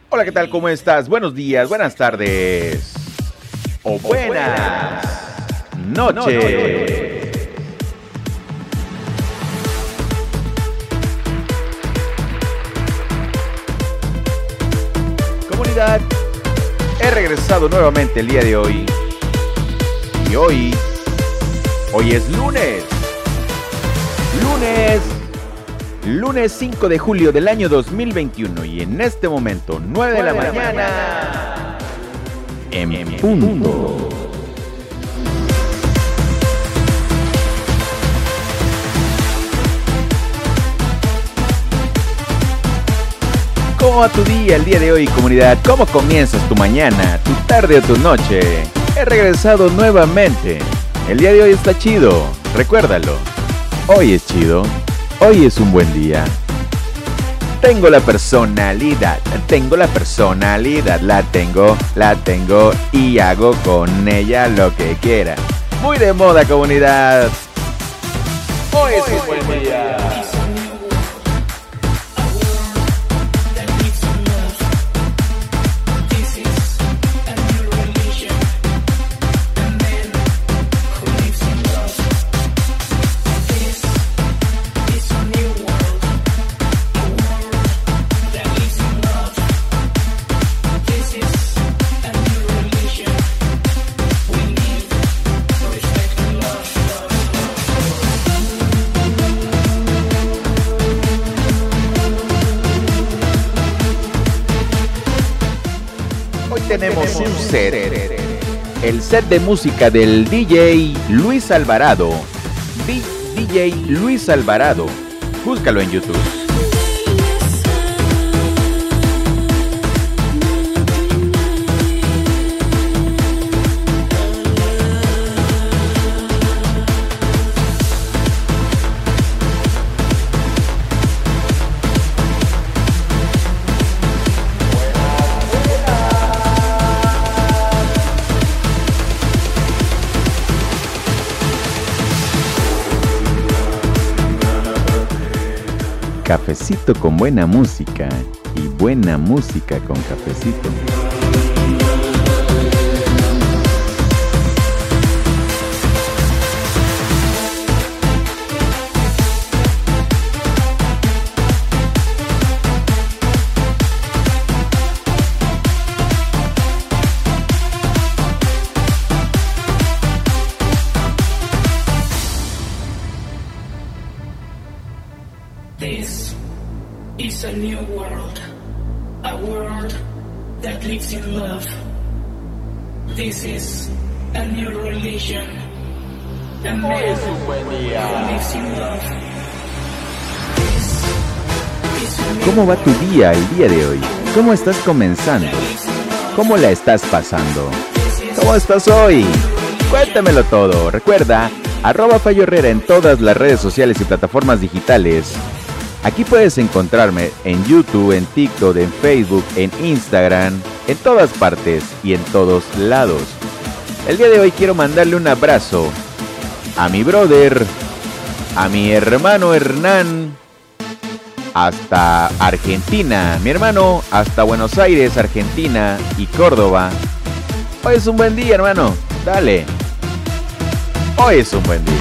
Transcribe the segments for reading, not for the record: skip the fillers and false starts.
Hola, ¿qué tal? ¿Cómo estás? Buenos días, buenas tardes o buenas noches. Comunidad, he regresado nuevamente el día de hoy. Y hoy es lunes 5 de julio del año 2021 y en este momento 9 de la mañana en punto. ¿Cómo va tu día el día de hoy, comunidad? ¿Cómo comienzas tu mañana, tu tarde o tu noche? He regresado nuevamente. El día de hoy está chido, recuérdalo. Hoy es chido. Hoy es un buen día. Tengo la personalidad, la tengo y hago con ella lo que quiera. Muy de moda, comunidad. Hoy es un buen día. Tenemos un set, el set de música del DJ Luis Alvarado. DJ Luis Alvarado, búscalo en YouTube. Cafecito con buena música y buena música con cafecito. This is a new world, a world that lives in love. This is a new religion, a man who lives in love. ¿Cómo va tu día el día de hoy? ¿Cómo estás comenzando? ¿Cómo la estás pasando? ¿Cómo estás hoy? Cuéntamelo todo. Recuerda, @Fallo Herrera en todas las redes sociales y plataformas digitales. Aquí puedes encontrarme en YouTube, en TikTok, en Facebook, en Instagram, en todas partes y en todos lados. El día de hoy quiero mandarle un abrazo a mi brother, a mi hermano Hernán, hasta Argentina. Mi hermano hasta Buenos Aires, Argentina y Córdoba. Hoy es un buen día, hermano. Dale. Hoy es un buen día.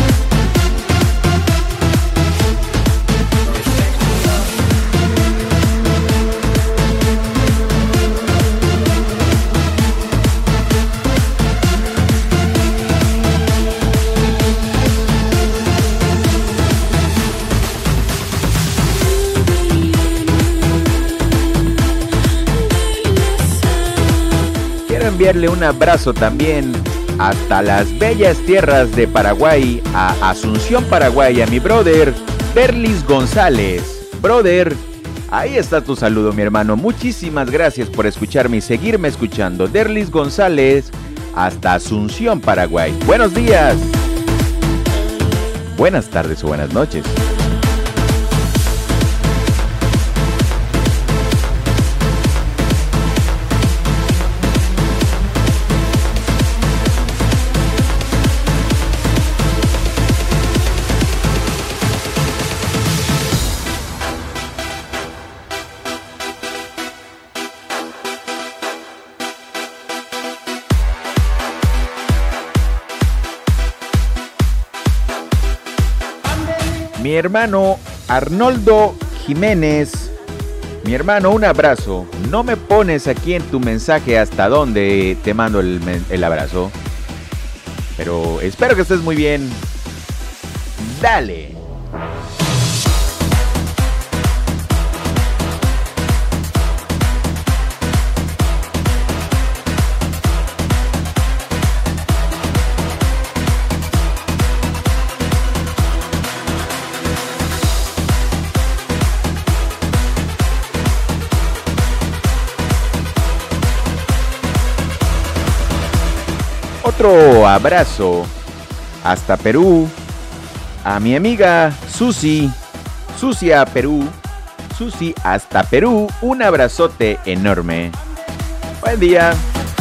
Enviarle un abrazo también hasta las bellas tierras de Paraguay, a Asunción, Paraguay, a mi brother Derlis González. Brother, ahí está tu saludo, mi hermano. Muchísimas gracias por escucharme y seguirme escuchando. Derlis González hasta Asunción, Paraguay. Buenos días, buenas tardes o buenas noches. Mi hermano Arnoldo Jiménez. Mi hermano, un abrazo. No me pones aquí en tu mensaje hasta dónde te mando el abrazo. Pero espero que estés muy bien. Dale. Otro abrazo hasta Perú a mi amiga Susi a Perú, Susi hasta Perú, un abrazote enorme. Buen día.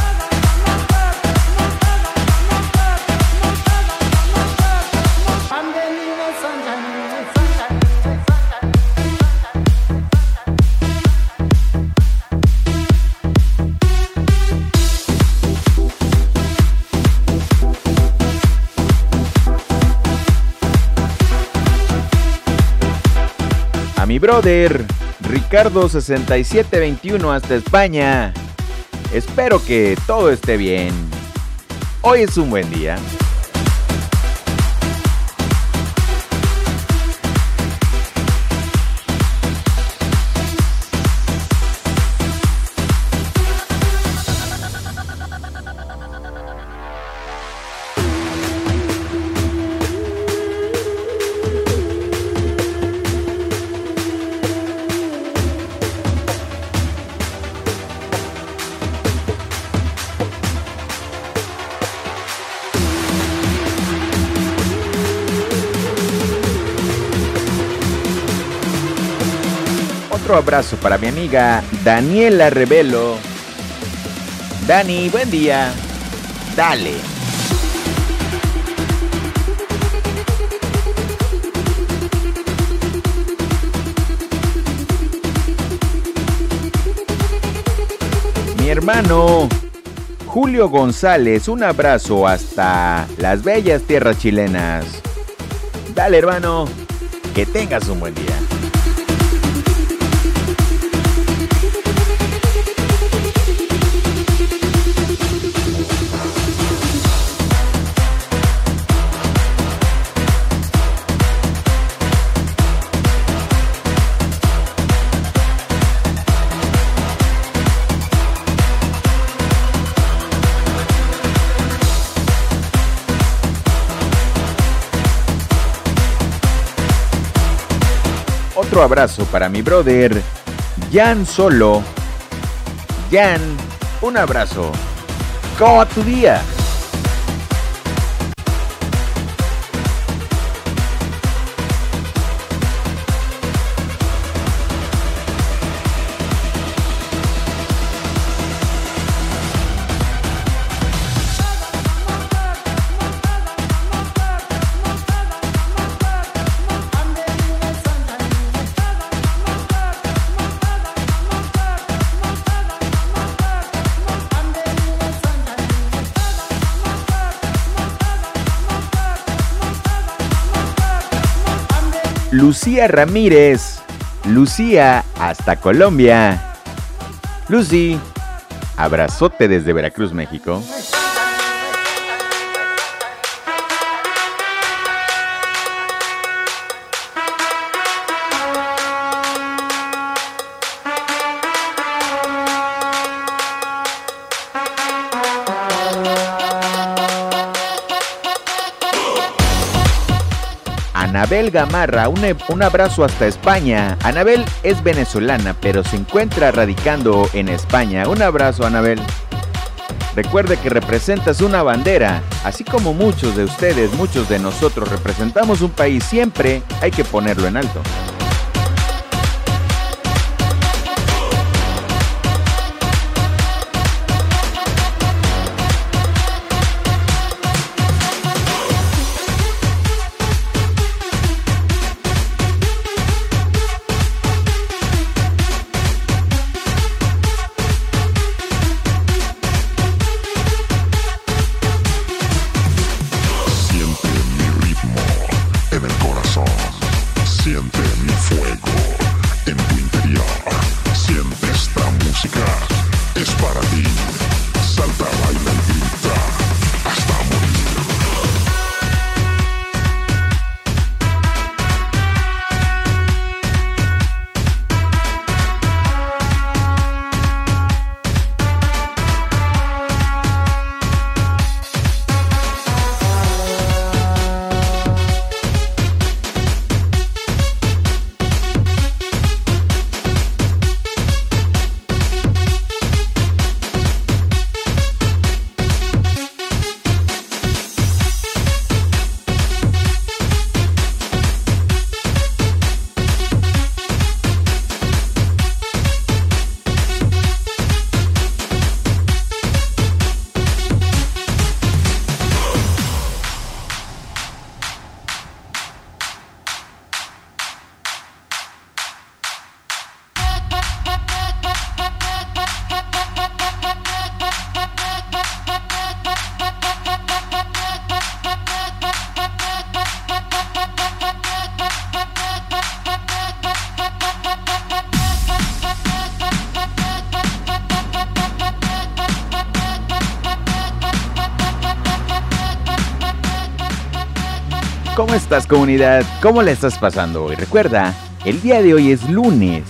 Mi brother Ricardo 6721 hasta España. Espero que todo esté bien. Hoy es un buen día. Otro abrazo para mi amiga Daniela Revelo. Dani, buen día. Dale. Mi hermano Julio González, un abrazo hasta las bellas tierras chilenas. Dale, hermano, que tengas un buen día. Otro abrazo para mi brother Jan Solo. Jan, un abrazo. ¿Cómo va tu día? Lucía Ramírez. Lucía hasta Colombia. Lucy, abrazote desde Veracruz, México. Anabel Gamarra, un abrazo hasta España. Anabel es venezolana, pero se encuentra radicando en España. Un abrazo, Anabel. Recuerde que representas una bandera. Así como muchos de ustedes, muchos de nosotros representamos un país, siempre hay que ponerlo en alto. es para ti. Salta, baila y grita hasta morir. ¿Cómo estás, comunidad? ¿Cómo la estás pasando hoy? Recuerda, el día de hoy es lunes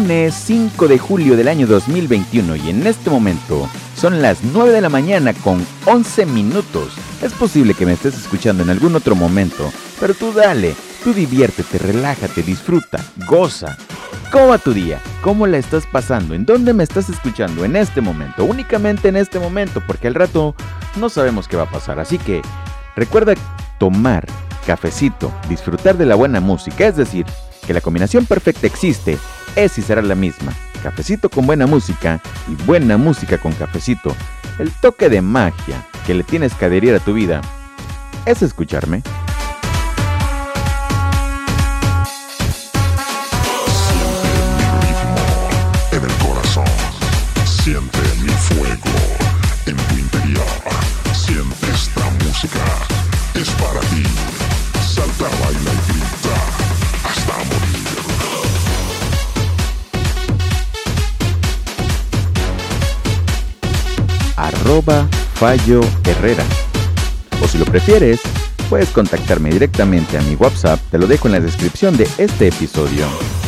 5 de julio del año 2021 y en este momento son las 9 de la mañana con 11 minutos. Es posible que me estés escuchando en algún otro momento, pero tú dale, tú diviértete, relájate, disfruta, goza. ¿Cómo va tu día? ¿Cómo la estás pasando? ¿En dónde me estás escuchando en este momento? Únicamente en este momento, porque al rato no sabemos qué va a pasar. Así que recuerda tomar cafecito, disfrutar de la buena música, es decir, que la combinación perfecta existe, es y será la misma. Cafecito con buena música y buena música con cafecito. El toque de magia que le tienes que adherir a tu vida es escucharme. En el corazón, siente mi fuego en tu interior. Siente esta música, es para ti. Salta, baila y grita hasta morir. @Fallo Herrera. O si lo prefieres, puedes contactarme directamente a mi WhatsApp, te lo dejo en la descripción de este episodio.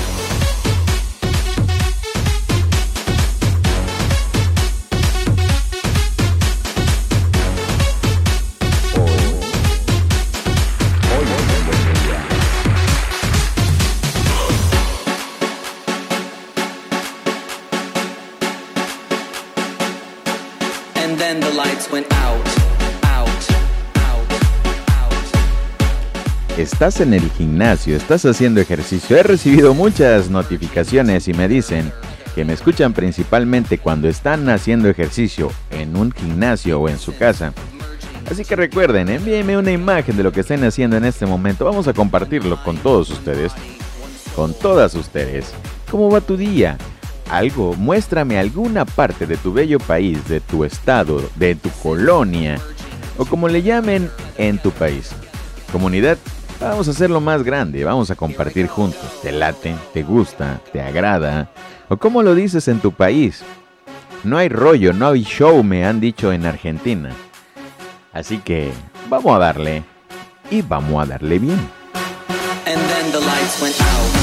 Estás en el gimnasio, estás haciendo ejercicio. He recibido muchas notificaciones y me dicen que me escuchan principalmente cuando están haciendo ejercicio en un gimnasio o en su casa. Así que recuerden, envíenme una imagen de lo que estén haciendo en este momento. Vamos a compartirlo con todos ustedes, con todas ustedes. ¿Cómo va tu día? Algo, muéstrame alguna parte de tu bello país, de tu estado, de tu colonia, o como le llamen en tu país. Comunidad, vamos a hacerlo más grande, vamos a compartir juntos. ¿Te late? ¿Te gusta? ¿Te agrada? ¿O cómo lo dices en tu país? No hay rollo, no hay show, me han dicho en Argentina. Así que vamos a darle, y vamos a darle bien. And then the lights went out.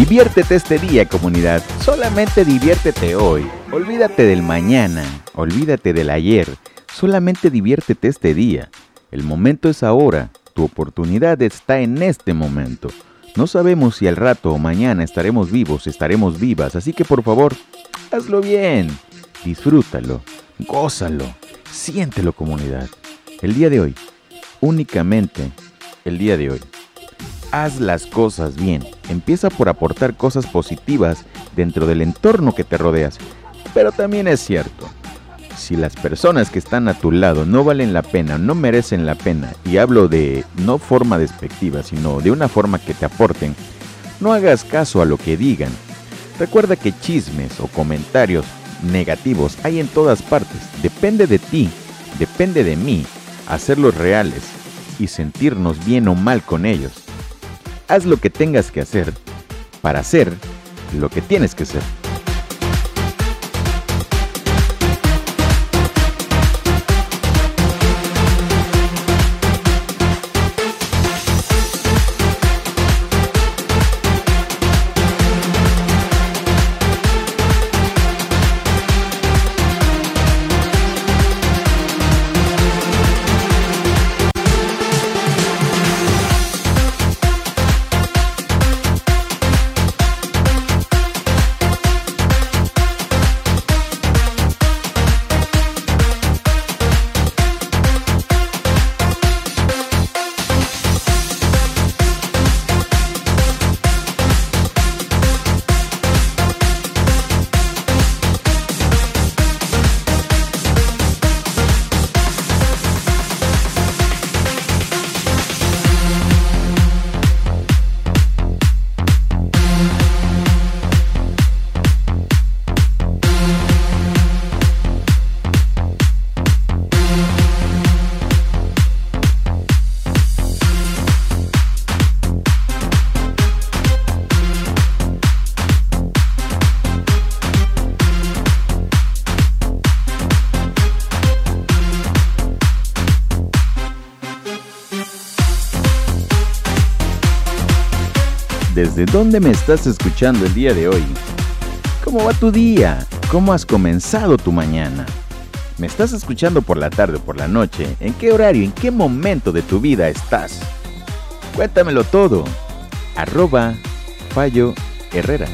Diviértete este día, comunidad. Solamente diviértete hoy. Olvídate del mañana, olvídate del ayer. Solamente diviértete este día. El momento es ahora. Tu oportunidad está en este momento. No sabemos si al rato o mañana estaremos vivos, estaremos vivas. Así que por favor, hazlo bien. Disfrútalo, gózalo, siéntelo, comunidad. El día de hoy, únicamente el día de hoy. Haz las cosas bien. Empieza por aportar cosas positivas dentro del entorno que te rodeas. Pero también es cierto, si las personas que están a tu lado no valen la pena, no merecen la pena, y hablo de no forma despectiva, sino de una forma que te aporten, no hagas caso a lo que digan. Recuerda que chismes o comentarios negativos hay en todas partes. Depende de ti, depende de mí, hacerlos reales y sentirnos bien o mal con ellos. Haz lo que tengas que hacer para hacer lo que tienes que ser. ¿Desde dónde me estás escuchando el día de hoy? ¿Cómo va tu día? ¿Cómo has comenzado tu mañana? ¿Me estás escuchando por la tarde o por la noche? ¿En qué horario, en qué momento de tu vida estás? Cuéntamelo todo. @Fallo Herrera.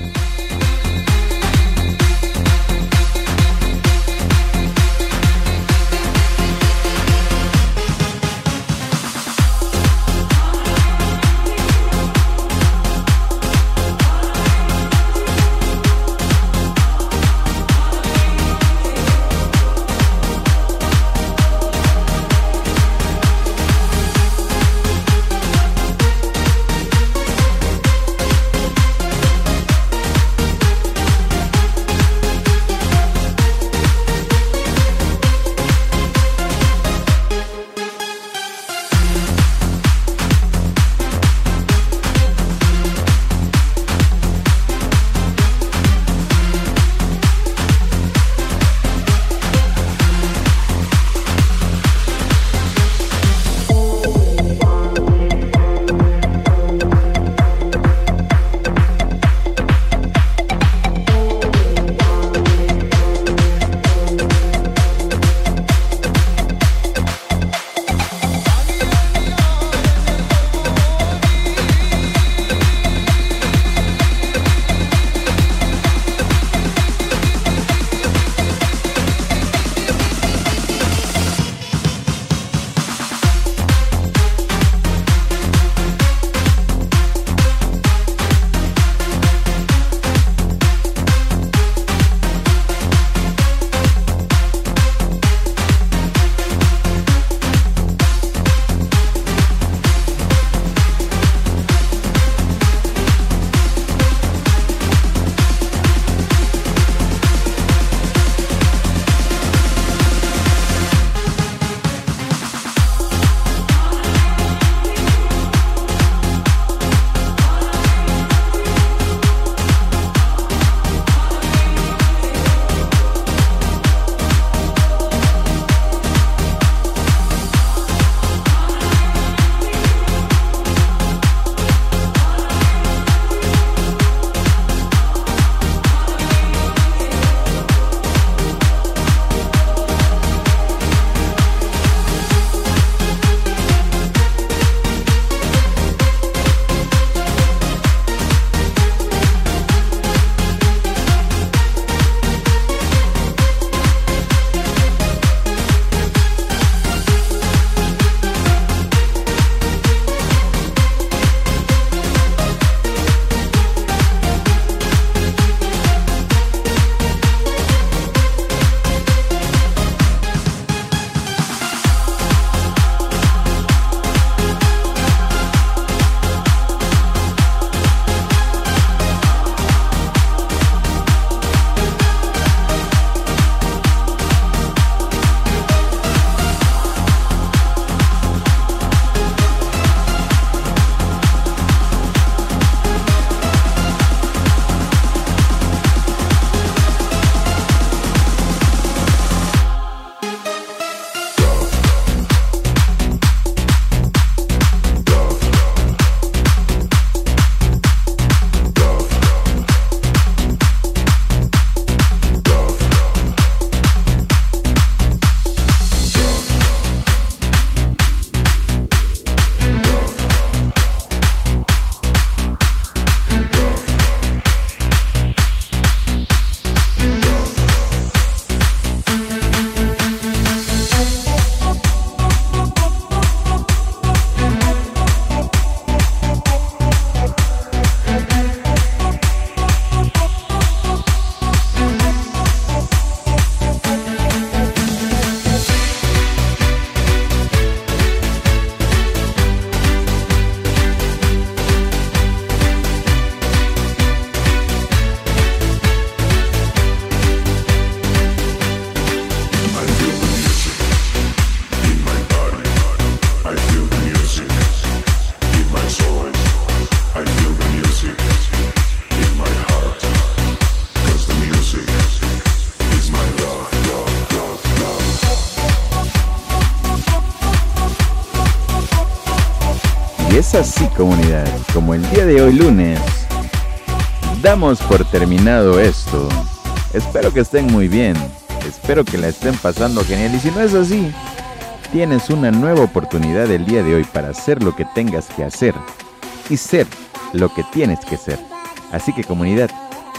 Es así, comunidad, como el día de hoy lunes, damos por terminado esto. Espero que estén muy bien, espero que la estén pasando genial, y si no es así, tienes una nueva oportunidad el día de hoy para hacer lo que tengas que hacer y ser lo que tienes que ser. Así que, comunidad,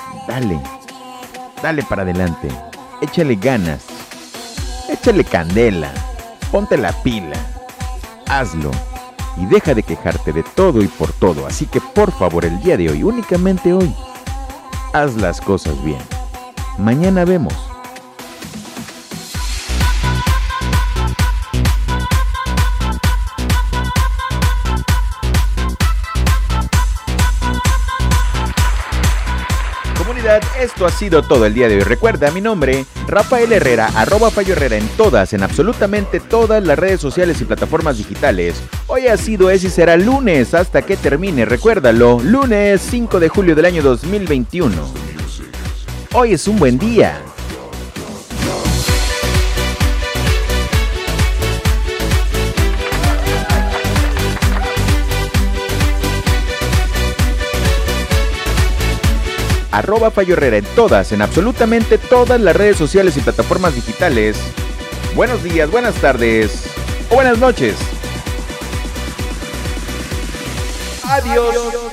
dale para adelante, échale ganas, échale candela, ponte la pila, hazlo y deja de quejarte de todo y por todo. Así que, por favor, el día de hoy, únicamente hoy, haz las cosas bien. Mañana vemos. Esto ha sido todo el día de hoy. Recuerda mi nombre, Rafael Herrera, @Fallo Herrera en absolutamente todas las redes sociales y plataformas digitales. Hoy ha sido, es y será lunes hasta que termine. Recuérdalo, lunes 5 de julio del año 2021. Hoy es un buen día. @Fallo Herrera en absolutamente todas las redes sociales y plataformas digitales. Buenos días, buenas tardes o buenas noches. Adiós.